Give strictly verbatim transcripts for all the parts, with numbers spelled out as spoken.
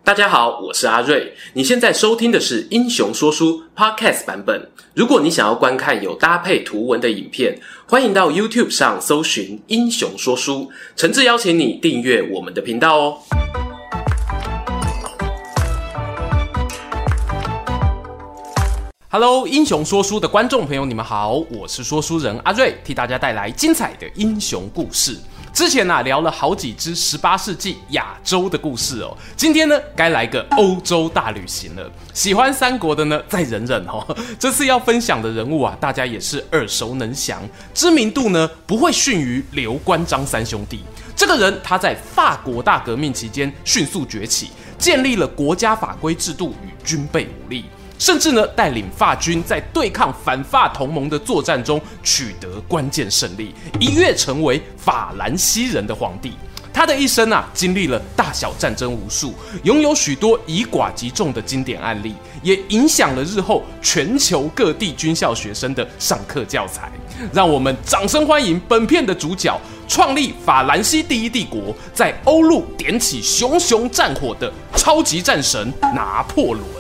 大家好，我是阿瑞。你现在收听的是英雄说书 Podcast 版本。如果你想要观看有搭配图文的影片，欢迎到 YouTube 上搜寻英雄说书，诚挚邀请你订阅我们的频道哦。Hello， 英雄说书的观众朋友，你们好，我是说书人阿瑞，替大家带来精彩的英雄故事。之前啊聊了好几支十八世纪亚洲的故事哦，今天呢该来个欧洲大旅行了。喜欢三国的呢再忍忍哦。这次要分享的人物啊，大家也是耳熟能详，知名度呢不会逊于刘关张三兄弟。这个人他在法国大革命期间迅速崛起，建立了国家法规制度与军备武力。甚至呢，带领法军在对抗反法同盟的作战中取得关键胜利，一跃成为法兰西人的皇帝。他的一生啊，经历了大小战争无数，拥有许多以寡击众的经典案例，也影响了日后全球各地军校学生的上课教材。让我们掌声欢迎本片的主角，创立法兰西第一帝国，在欧陆点起熊熊战火的超级战神拿破仑。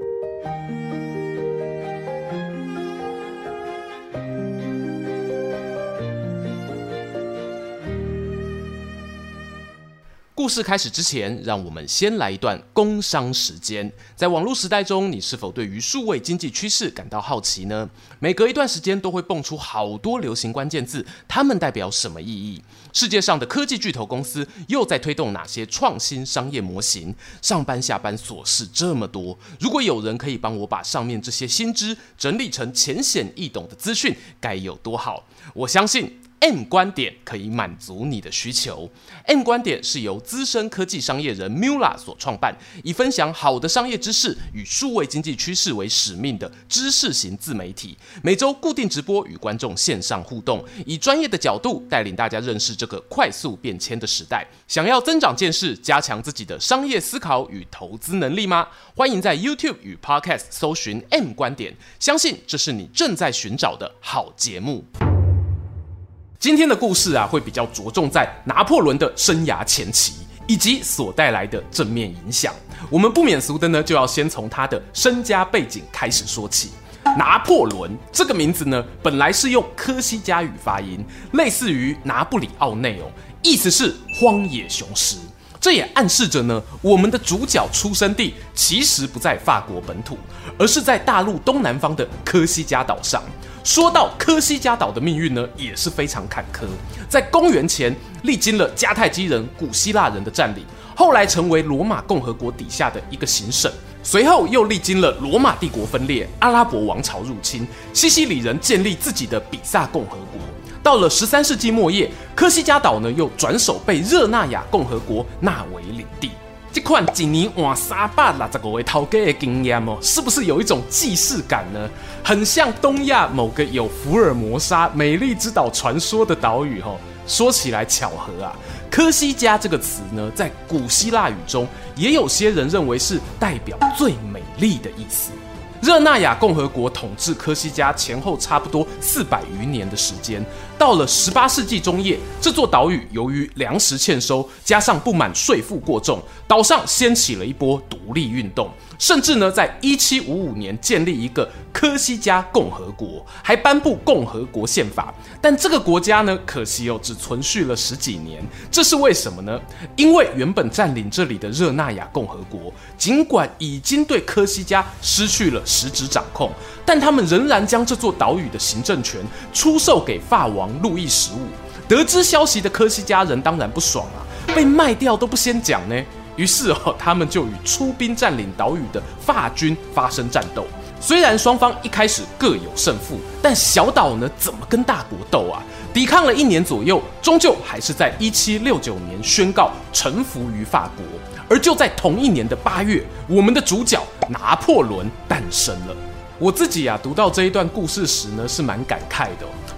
故事开始之前，让我们先来一段工商时间。在网络时代中，你是否对于数位经济趋势感到好奇呢？每隔一段时间都会蹦出好多流行关键字，它们代表什么意义？世界上的科技巨头公司又在推动哪些创新商业模型？上班下班琐事这么多，如果有人可以帮我把上面这些新知整理成浅显易懂的资讯，该有多好？我相信M 观点可以满足你的需求。M 观点是由资深科技商业人 Mula 所创办，以分享好的商业知识与数位经济趋势为使命的知识型自媒体。每周固定直播与观众线上互动，以专业的角度带领大家认识这个快速变迁的时代。想要增长见识，加强自己的商业思考与投资能力吗？欢迎在 YouTube 与 Podcast 搜寻 M 观点，相信这是你正在寻找的好节目。今天的故事啊，会比较着重在拿破仑的生涯前期以及所带来的正面影响。我们不免俗的呢，就要先从他的身家背景开始说起。拿破仑这个名字呢，本来是用科西嘉语发音，类似于拿布里奥内哦，意思是荒野雄狮。这也暗示着呢，我们的主角出生地其实不在法国本土，而是在大陆东南方的科西嘉岛上。说到科西嘉岛的命运呢，也是非常坎坷。在公元前，历经了迦太基人、古希腊人的占领，后来成为罗马共和国底下的一个行省。随后又历经了罗马帝国分裂、阿拉伯王朝入侵、西西里人建立自己的比萨共和国。到了十三世纪末叶，科西嘉岛呢又转手被热那亚共和国纳为领地。这款一年换三百六十五位头家的经验哦，是不是有一种既视感呢？很像东亚某个有福尔摩沙美丽之岛传说的岛屿哦。说起来巧合啊，科西嘉这个词呢，在古希腊语中也有些人认为是代表最美丽的意思。热那亚共和国统治科西嘉前后差不多四百余年的时间，到了十八世纪中叶，这座岛屿由于粮食欠收，加上不满税负过重，岛上掀起了一波独立运动，甚至呢，在一七五五年建立一个科西嘉共和国，还颁布共和国宪法。但这个国家呢，可惜哦，只存续了十几年。这是为什么呢？因为原本占领这里的热那亚共和国，尽管已经对科西嘉失去了实质掌控，但他们仍然将这座岛屿的行政权出售给法王路易十五。得知消息的科西嘉人当然不爽啊，被卖掉都不先讲呢。于是哦，他们就与出兵占领岛屿的法军发生战斗。虽然双方一开始各有胜负，但小岛呢怎么跟大国斗啊？抵抗了一年左右，终究还是在一七六九年宣告臣服于法国。而就在同一年的八月，我们的主角拿破仑诞生了。我自己啊读到这一段故事时呢，是蛮感慨的哦。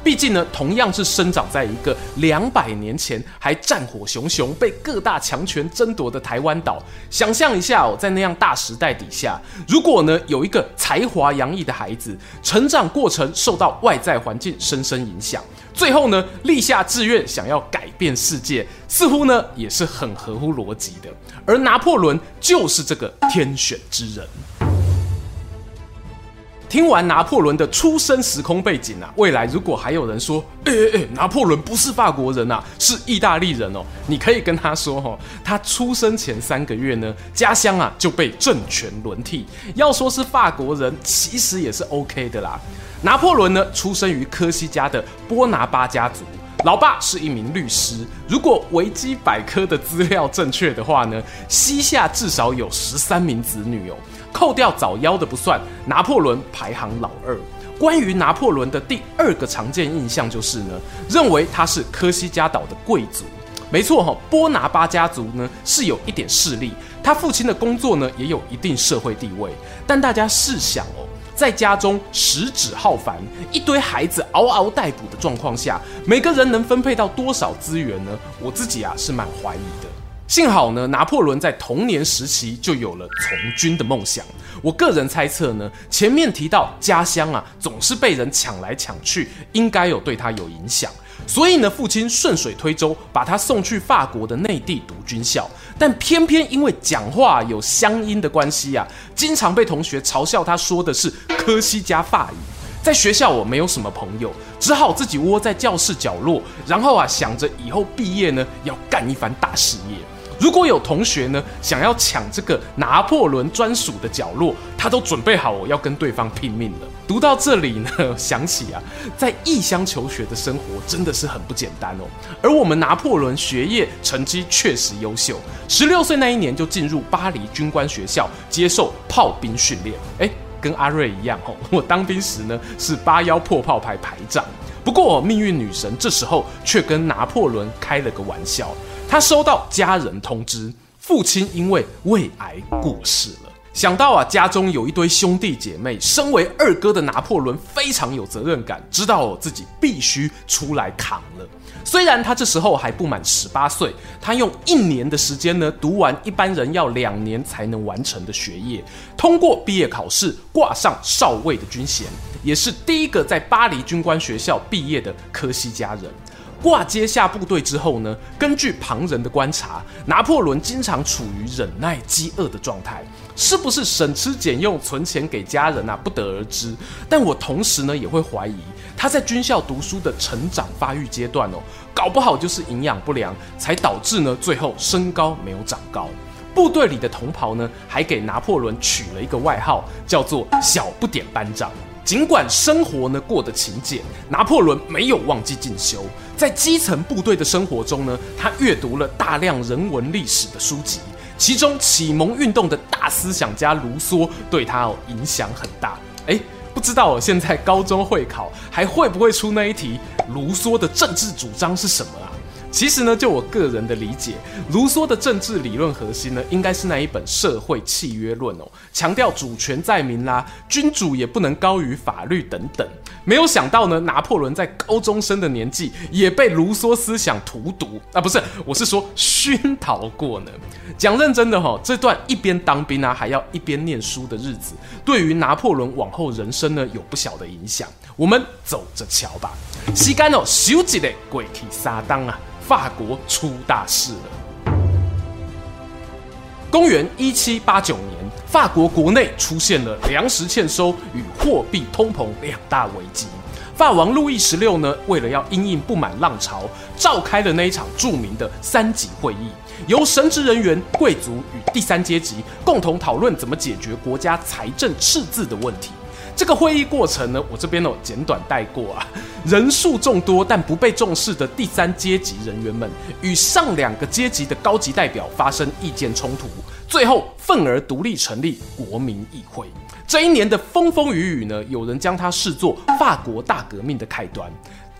毕竟呢，同样是生长在一个两百年前还战火熊熊、被各大强权争夺的台湾岛。想象一下哦，在那样大时代底下，如果呢有一个才华洋溢的孩子，成长过程受到外在环境深深影响，最后呢立下志愿想要改变世界，似乎呢也是很合乎逻辑的。而拿破仑就是这个天选之人。听完拿破仑的出生时空背景啊，未来如果还有人说，哎哎哎，拿破仑不是法国人啊，是意大利人哦，你可以跟他说哦，他出生前三个月呢，家乡啊就被政权轮替。要说是法国人，其实也是 OK 的啦。拿破仑呢，出生于科西嘉的波拿巴家族。老爸是一名律师，如果维基百科的资料正确的话呢，膝下至少有十三名子女哦。扣掉早夭的不算，拿破仑排行老二。关于拿破仑的第二个常见印象就是呢，认为他是科西嘉岛的贵族。没错哈，波拿巴家族呢是有一点势力，他父亲的工作呢也有一定社会地位。但大家试想哦，在家中食指浩繁，一堆孩子嗷嗷待哺的状况下，每个人能分配到多少资源呢？我自己啊是蛮怀疑的。幸好呢，拿破仑在童年时期就有了从军的梦想。我个人猜测呢，前面提到家乡啊总是被人抢来抢去，应该有对他有影响。所以呢，父亲顺水推舟，把他送去法国的内地读军校。但偏偏因为讲话有乡音的关系啊，经常被同学嘲笑他说的是科西嘉法语。在学校我没有什么朋友，只好自己窝在教室角落，然后啊想着以后毕业呢要干一番大事业。如果有同学呢想要抢这个拿破仑专属的角落，他都准备好我要跟对方拼命了。读到这里呢，想起啊，在异乡求学的生活真的是很不简单哦。而我们拿破仑学业成绩确实优秀，十六岁那一年就进入巴黎军官学校接受炮兵训练。哎，跟阿瑞一样哦，我当兵时呢是八幺破炮排排长。不过命运女神这时候却跟拿破仑开了个玩笑。他收到家人通知，父亲因为胃癌过世了。想到啊，家中有一堆兄弟姐妹，身为二哥的拿破仑非常有责任感，知道自己必须出来扛了。虽然他这时候还不满十八岁，他用一年的时间呢，读完一般人要两年才能完成的学业，通过毕业考试，挂上少尉的军衔，也是第一个在巴黎军官学校毕业的科西嘉人。挂接下部队之后呢，根据旁人的观察，拿破仑经常处于忍耐饥饿的状态，是不是省吃俭用存钱给家人啊，不得而知。但我同时呢也会怀疑，他在军校读书的成长发育阶段哦，搞不好就是营养不良，才导致呢最后身高没有长高。部队里的同袍呢，还给拿破仑取了一个外号，叫做小不点班长。尽管生活呢过得勤俭，拿破仑没有忘记进修。在基层部队的生活中呢，他阅读了大量人文历史的书籍，其中启蒙运动的大思想家卢梭对他哦影响很大。哎，不知道我现在高中会考还会不会出那一题？卢梭的政治主张是什么啊？其实呢，就我个人的理解，卢梭的政治理论核心呢，应该是那一本《社会契约论》哦，强调主权在民啦，君主也不能高于法律等等。没有想到呢，拿破仑在高中生的年纪也被卢梭思想荼毒啊，不是，我是说熏陶过呢。讲认真的哈、哦，这段一边当兵啊，还要一边念书的日子，对于拿破仑往后人生呢，有不小的影响。我们走着瞧吧。时间哦，休一个过去三冬啊。法国出大事了。公元一七八九年，法国国内出现了粮食欠收与货币通膨两大危机。法王路易十六呢，为了要因应不满浪潮，召开了那一场著名的三级会议，由神职人员、贵族与第三阶级共同讨论怎么解决国家财政赤字的问题。这个会议过程呢，我这边哦简短带过啊。人数众多但不被重视的第三阶级人员们，与上两个阶级的高级代表发生意见冲突，最后愤而独立成立国民议会。这一年的风风雨雨呢，有人将它视作法国大革命的开端。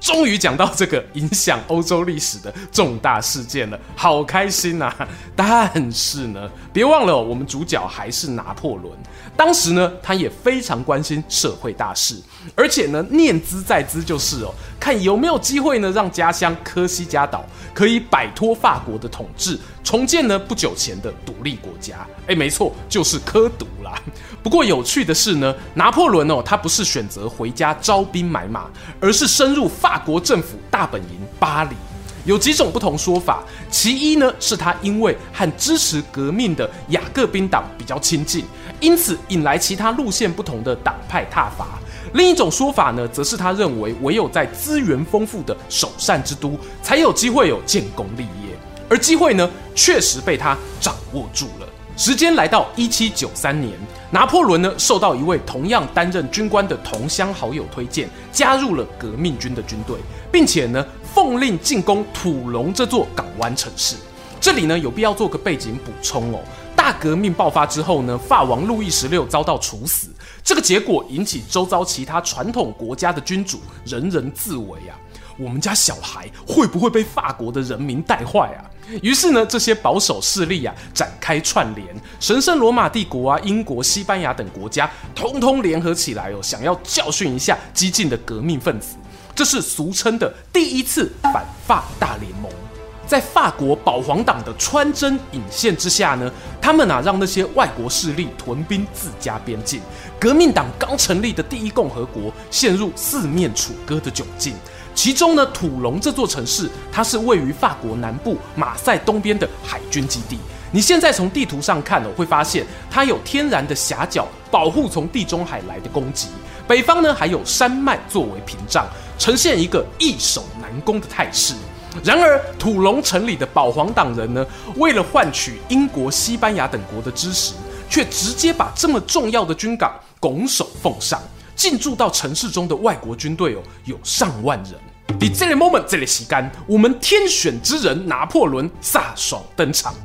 终于讲到这个影响欧洲历史的重大事件了，好开心啊！但是呢，别忘了、哦、我们主角还是拿破仑。当时呢，他也非常关心社会大事，而且呢，念兹在兹就是哦，看有没有机会呢，让家乡科西嘉岛可以摆脱法国的统治，重建呢不久前的独立国家。哎，没错，就是科独啦。不过有趣的是呢，拿破仑哦，他不是选择回家招兵买马，而是深入法国政府大本营巴黎。有几种不同说法，其一呢是他因为和支持革命的雅各宾党比较亲近，因此引来其他路线不同的党派挞伐。另一种说法呢，则是他认为唯有在资源丰富的首善之都，才有机会有建功立业，而机会呢，确实被他掌握住了。时间来到一七九三年，拿破仑呢受到一位同样担任军官的同乡好友推荐，加入了革命军的军队，并且呢奉令进攻土隆这座港湾城市。这里呢有必要做个背景补充哦。大革命爆发之后呢，法王路易十六遭到处死，这个结果引起周遭其他传统国家的君主人人自危啊。我们家小孩会不会被法国的人民带坏啊？于是呢，这些保守势力啊展开串联，神圣罗马帝国啊、英国、西班牙等国家通通联合起来哦，想要教训一下激进的革命分子。这是俗称的第一次反法大联盟。在法国保皇党的穿针引线之下呢，他们啊让那些外国势力屯兵自家边境。革命党刚成立的第一共和国陷入四面楚歌的窘境。其中呢，土隆这座城市，它是位于法国南部马赛东边的海军基地。你现在从地图上看哦，会发现它有天然的峡角，保护从地中海来的攻击。北方呢，还有山脉作为屏障，呈现一个易守难攻的态势。然而，土隆城里的保皇党人呢，为了换取英国、西班牙等国的支持，却直接把这么重要的军港拱手奉上。进驻到城市中的外国军队哦，有上万人。在这个 moment 这个时间，我们天选之人拿破仑飒爽登场。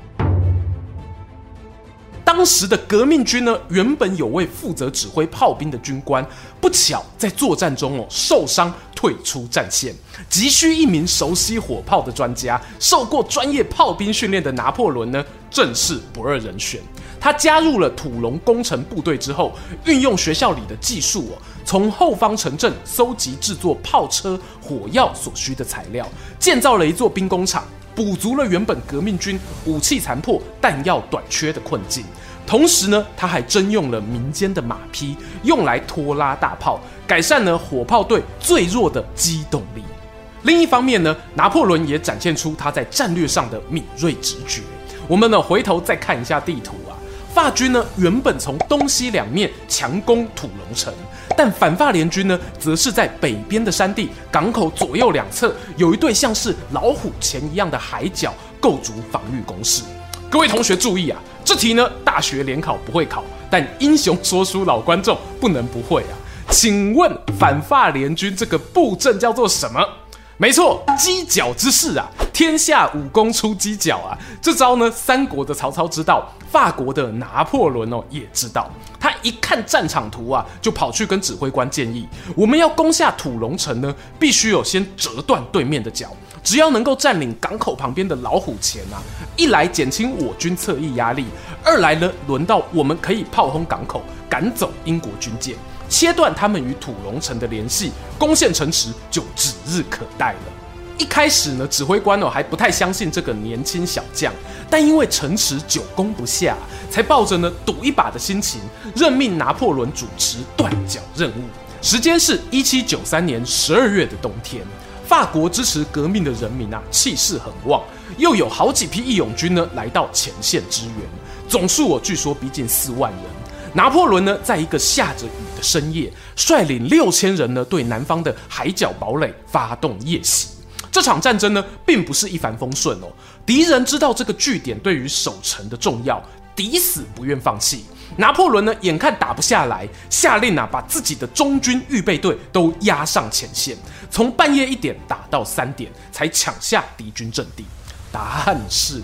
当时的革命军呢，原本有位负责指挥炮兵的军官，不巧在作战中哦受伤退出战线，急需一名熟悉火炮的专家。受过专业炮兵训练的拿破仑呢，正是不二人选。他加入了土隆工程部队之后，运用学校里的技术哦，从后方城镇搜集制作炮车、火药所需的材料，建造了一座兵工厂，补足了原本革命军武器残破、弹药短缺的困境。同时呢，他还征用了民间的马匹，用来拖拉大炮，改善了火炮队最弱的机动力。另一方面呢，拿破仑也展现出他在战略上的敏锐直觉。我们呢回头再看一下地图啊，法军呢原本从东西两面强攻土隆城，但反法联军呢则是在北边的山地港口左右两侧有一对像是老虎钳一样的海角，构筑防御工事。各位同学注意啊，这题呢大学联考不会考，但英雄说书老观众不能不会啊。请问反法联军这个布阵叫做什么？没错，犄角之势啊，天下武功出犄角啊。这招呢，三国的曹操知道，法国的拿破仑哦也知道。他一看战场图啊，就跑去跟指挥官建议，我们要攻下土隆城呢，必须有先折断对面的脚。只要能够占领港口旁边的老虎钳啊，一来减轻我军侧翼压力，二来呢，轮到我们可以炮轰港口，赶走英国军舰，切断他们与土隆城的联系，攻陷城池就指日可待了。一开始呢，指挥官哦还不太相信这个年轻小将，但因为城池久攻不下，才抱着呢赌一把的心情，任命拿破仑主持断脚任务。时间是一七九三年十二月的冬天。法国支持革命的人民啊，气势很旺，又有好几批义勇军呢来到前线支援，总数哦据说逼近四万人。拿破仑呢，在一个下着雨的深夜，率领六千人呢，对南方的海角堡垒发动夜袭。这场战争呢，并不是一帆风顺哦。敌人知道这个据点对于守城的重要，抵死不愿放弃。拿破仑呢，眼看打不下来，下令啊，把自己的中军预备队都压上前线，从半夜一点打到三点，才抢下敌军阵地。但是呢，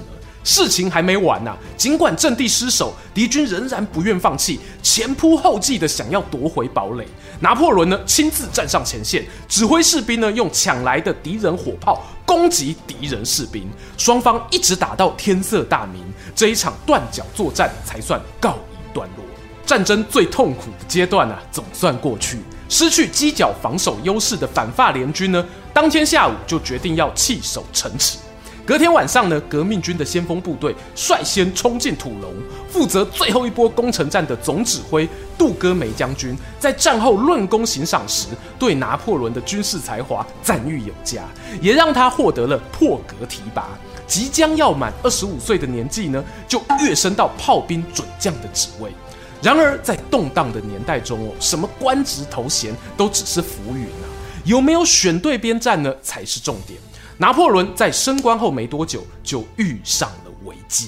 事情还没完啊，尽管阵地失守，敌军仍然不愿放弃，前仆后继的想要夺回堡垒。拿破仑呢亲自站上前线，指挥士兵呢用抢来的敌人火炮攻击敌人士兵，双方一直打到天色大明，这一场断脚作战才算告一段落。战争最痛苦的阶段啊，总算过去。失去犄角防守优势的反法联军呢，当天下午就决定要弃守城池。隔天晚上呢，革命军的先锋部队率先冲进土隆，负责最后一波攻城战的总指挥杜戈梅将军，在战后论功行赏时，对拿破仑的军事才华赞誉有加，也让他获得了破格提拔。即将要满二十五岁的年纪呢，就跃升到炮兵准将的职位。然而，在动荡的年代中哦，什么官职头衔都只是浮云啊，有没有选对边站呢，才是重点。拿破仑在升官后没多久，就遇上了危机。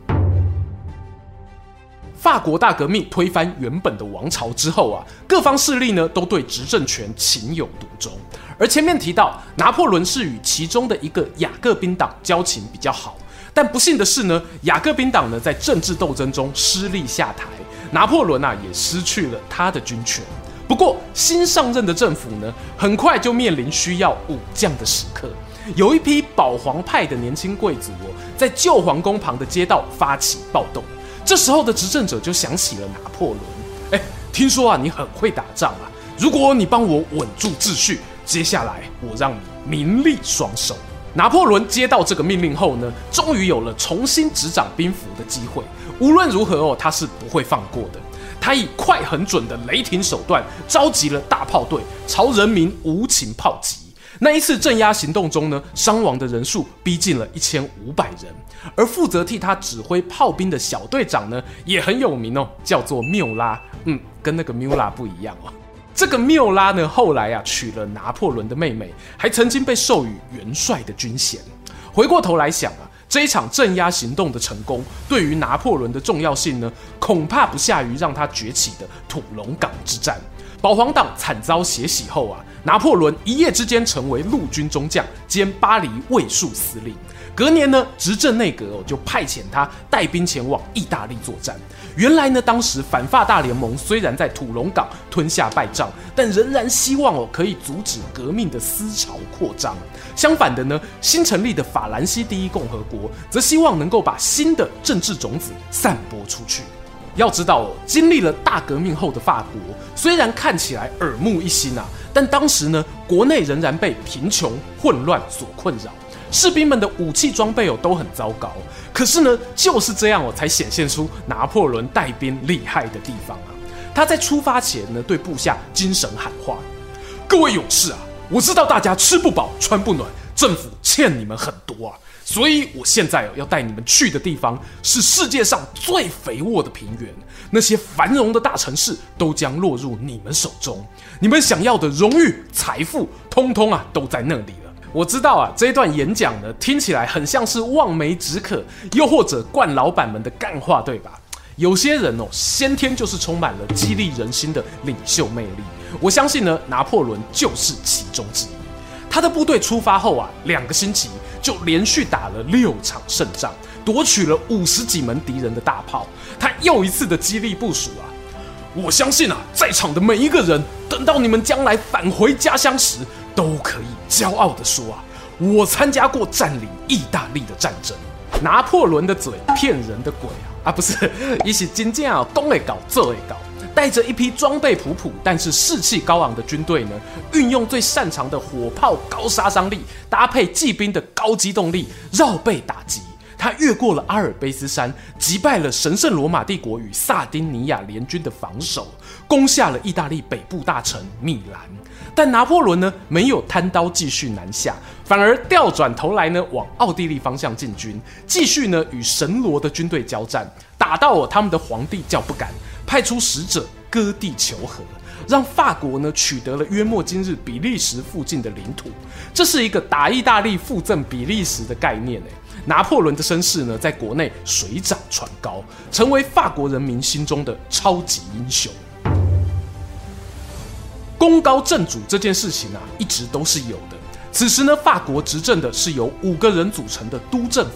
法国大革命推翻原本的王朝之后啊，各方势力呢都对执政权情有独钟。而前面提到，拿破仑是与其中的一个雅各宾党交情比较好，但不幸的是呢，雅各宾党呢在政治斗争中失利下台，拿破仑啊也失去了他的军权。不过新上任的政府呢，很快就面临需要武将的时刻。有一批保皇派的年轻贵族哦，在旧皇宫旁的街道发起暴动。这时候的执政者就想起了拿破仑，哎，听说啊你很会打仗啊，如果你帮我稳住秩序，接下来我让你名利双收。拿破仑接到这个命令后呢，终于有了重新执掌兵符的机会。无论如何哦，他是不会放过的。他以快很准的雷霆手段，召集了大炮队，朝人民无情炮击。那一次镇压行动中呢，伤亡的人数逼近了一千五百人，而负责替他指挥炮兵的小队长呢，也很有名哦，叫做缪拉。嗯，跟那个缪拉不一样哦。这个缪拉呢，后来啊娶了拿破仑的妹妹，还曾经被授予元帅的军衔。回过头来想啊，这一场镇压行动的成功，对于拿破仑的重要性呢，恐怕不下于让他崛起的土隆港之战。保皇党惨遭血洗后啊，拿破仑一夜之间成为陆军中将兼巴黎卫戍司令。隔年呢，执政内阁哦就派遣他带兵前往意大利作战。原来呢，当时反法大联盟虽然在土隆港吞下败仗，但仍然希望哦可以阻止革命的思潮扩张。相反的呢，新成立的法兰西第一共和国则希望能够把新的政治种子散播出去。要知道哦，经历了大革命后的法国，虽然看起来耳目一新啊，但当时呢，国内仍然被贫穷、混乱所困扰，士兵们的武器装备哦都很糟糕。可是呢，就是这样哦，才显现出拿破仑带兵厉害的地方啊。他在出发前呢，对部下精神喊话：各位勇士啊，我知道大家吃不饱穿不暖，政府欠你们很多啊。所以我现在要带你们去的地方是世界上最肥沃的平原，那些繁荣的大城市都将落入你们手中，你们想要的荣誉、财富，通通啊都在那里了。我知道啊，这一段演讲呢，听起来很像是望梅止渴，又或者惯老板们的干话，对吧？有些人哦，先天就是充满了激励人心的领袖魅力。我相信呢，拿破仑就是其中之一。他的部队出发后啊，两个星期就连续打了六场胜仗，夺取了五十几门敌人的大炮。他又一次的激励部署啊，我相信啊，在场的每一个人，等到你们将来返回家乡时，都可以骄傲地说啊，我参加过占领意大利的战争。拿破仑的嘴骗人的鬼啊！啊，不是，也是真正啊，讲会搞，做会搞。带着一批装备普普但是士气高昂的军队呢，运用最擅长的火炮高杀伤力，搭配骑兵的高机动力，绕背打击。他越过了阿尔卑斯山，击败了神圣罗马帝国与萨丁尼亚联军的防守，攻下了意大利北部大城米兰。但拿破仑呢，没有单刀继续南下，反而调转头来呢，往奥地利方向进军，继续呢与神罗的军队交战，打到哦他们的皇帝叫不敢，派出使者割地求和，让法国呢取得了约莫今日比利时附近的领土。这是一个打意大利附赠比利时的概念。拿破仑的身世呢，在国内水涨船高，成为法国人民心中的超级英雄。功高震主这件事情啊，一直都是有的。此时呢，法国执政的是由五个人组成的督政府，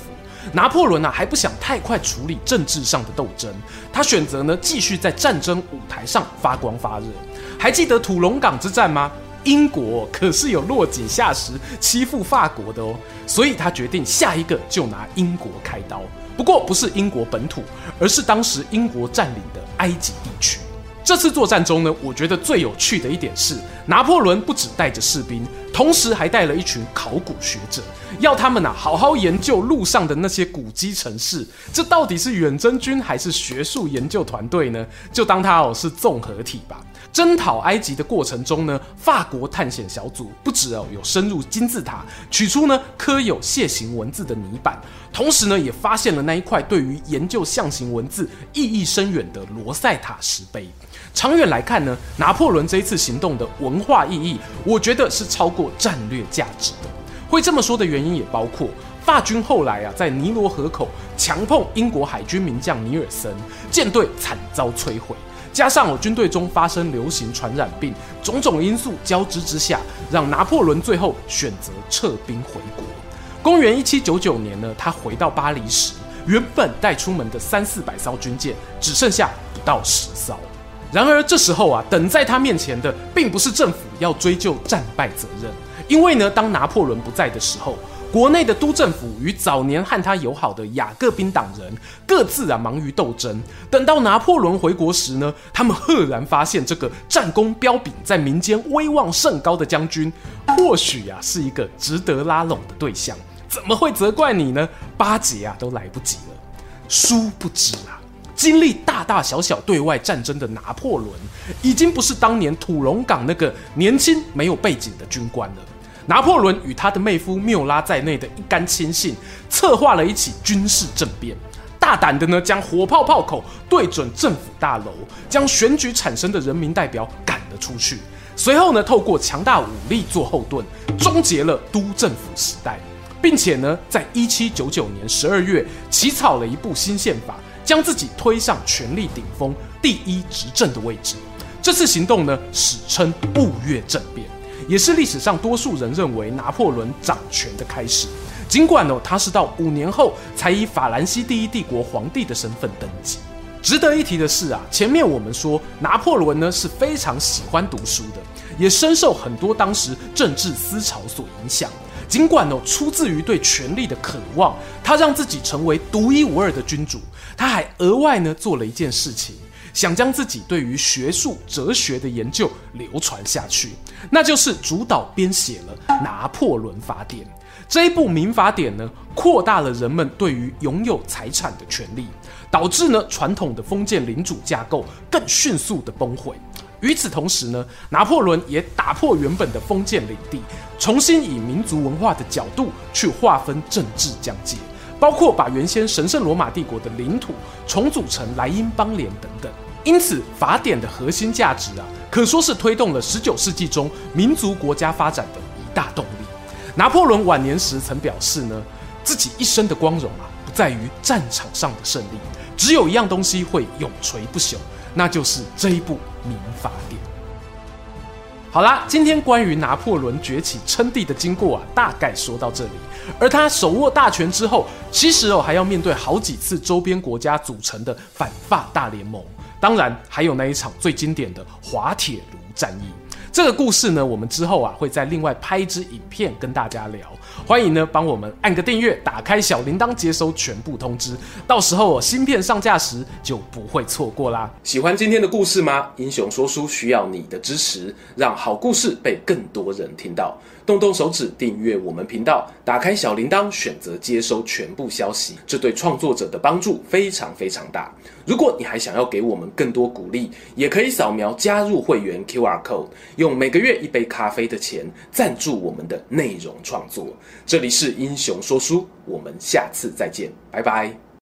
拿破仑啊还不想太快处理政治上的斗争，他选择呢继续在战争舞台上发光发热。还记得土龙港之战吗？英国可是有落井下石欺负法国的哦，所以他决定下一个就拿英国开刀。不过不是英国本土，而是当时英国占领的埃及地区。这次作战中呢，我觉得最有趣的一点是，拿破仑不只带着士兵，同时还带了一群考古学者，要他们啊好好研究路上的那些古迹城市。这到底是远征军还是学术研究团队呢？就当它哦是综合体吧。征讨埃及的过程中呢，法国探险小组不只哦有深入金字塔，取出呢刻有楔形文字的泥板，同时呢也发现了那一块对于研究象形文字意义深远的罗塞塔石碑。长远来看呢，拿破仑这一次行动的文化意义，我觉得是超过战略价值的。会这么说的原因也包括，法军后来啊在尼罗河口强碰英国海军名将尼尔森，舰队惨遭摧毁。加上我军队中发生流行传染病，种种因素交织之下，让拿破仑最后选择撤兵回国。公元一七九九年呢，他回到巴黎时，原本带出门的三四百艘军舰只剩下不到十艘。然而这时候啊，等在他面前的并不是政府要追究战败责任，因为呢，当拿破仑不在的时候，国内的督政府与早年和他友好的雅各宾党人各自啊忙于斗争。等到拿破仑回国时呢，他们赫然发现这个战功彪炳、在民间威望甚高的将军，或许啊是一个值得拉拢的对象。怎么会责怪你呢？巴结啊都来不及了。殊不知啊，经历大大小小对外战争的拿破仑，已经不是当年土龙港那个年轻没有背景的军官了。拿破仑与他的妹夫缪拉在内的一干亲信，策划了一起军事政变，大胆的呢将火炮炮口对准政府大楼，将选举产生的人民代表赶了出去。随后呢，透过强大武力做后盾，终结了督政府时代，并且呢，在一七九九年十二月起草了一部新宪法，将自己推上权力顶峰、第一执政的位置。这次行动呢，史称雾月政变，也是历史上多数人认为拿破仑掌权的开始。尽管呢，他是到五年后才以法兰西第一帝国皇帝的身份登基。值得一提的是啊，前面我们说拿破仑呢是非常喜欢读书的，也深受很多当时政治思潮所影响。尽管呢出自于对权力的渴望，他让自己成为独一无二的君主。他还额外呢做了一件事情，想将自己对于学术哲学的研究流传下去，那就是主导编写了《拿破仑法典》。这一部民法典呢，扩大了人们对于拥有财产的权利，导致呢传统的封建领主架构更迅速的崩毁。与此同时呢，拿破仑也打破原本的封建领地，重新以民族文化的角度去划分政治疆界，包括把原先神圣罗马帝国的领土重组成莱茵邦联等等。因此，法典的核心价值啊，可说是推动了十九世纪中民族国家发展的一大动力。拿破仑晚年时曾表示呢，自己一生的光荣啊，不在于战场上的胜利，只有一样东西会永垂不朽，那就是这一部民法典。好啦，今天关于拿破仑崛起称帝的经过啊，大概说到这里。而他手握大权之后，其实哦还要面对好几次周边国家组成的反法大联盟，当然还有那一场最经典的滑铁卢战役。这个故事呢，我们之后啊会再另外拍一支影片跟大家聊。欢迎呢帮我们按个订阅，打开小铃铛接收全部通知，到时候新片上架时就不会错过啦。喜欢今天的故事吗？英雄说书需要你的支持，让好故事被更多人听到。动动手指订阅我们频道，打开小铃铛，选择接收全部消息，这对创作者的帮助非常非常大。如果你还想要给我们更多鼓励，也可以扫描加入会员 Q R code， 用每个月一杯咖啡的钱赞助我们的内容创作。这里是英雄说书，我们下次再见，拜拜。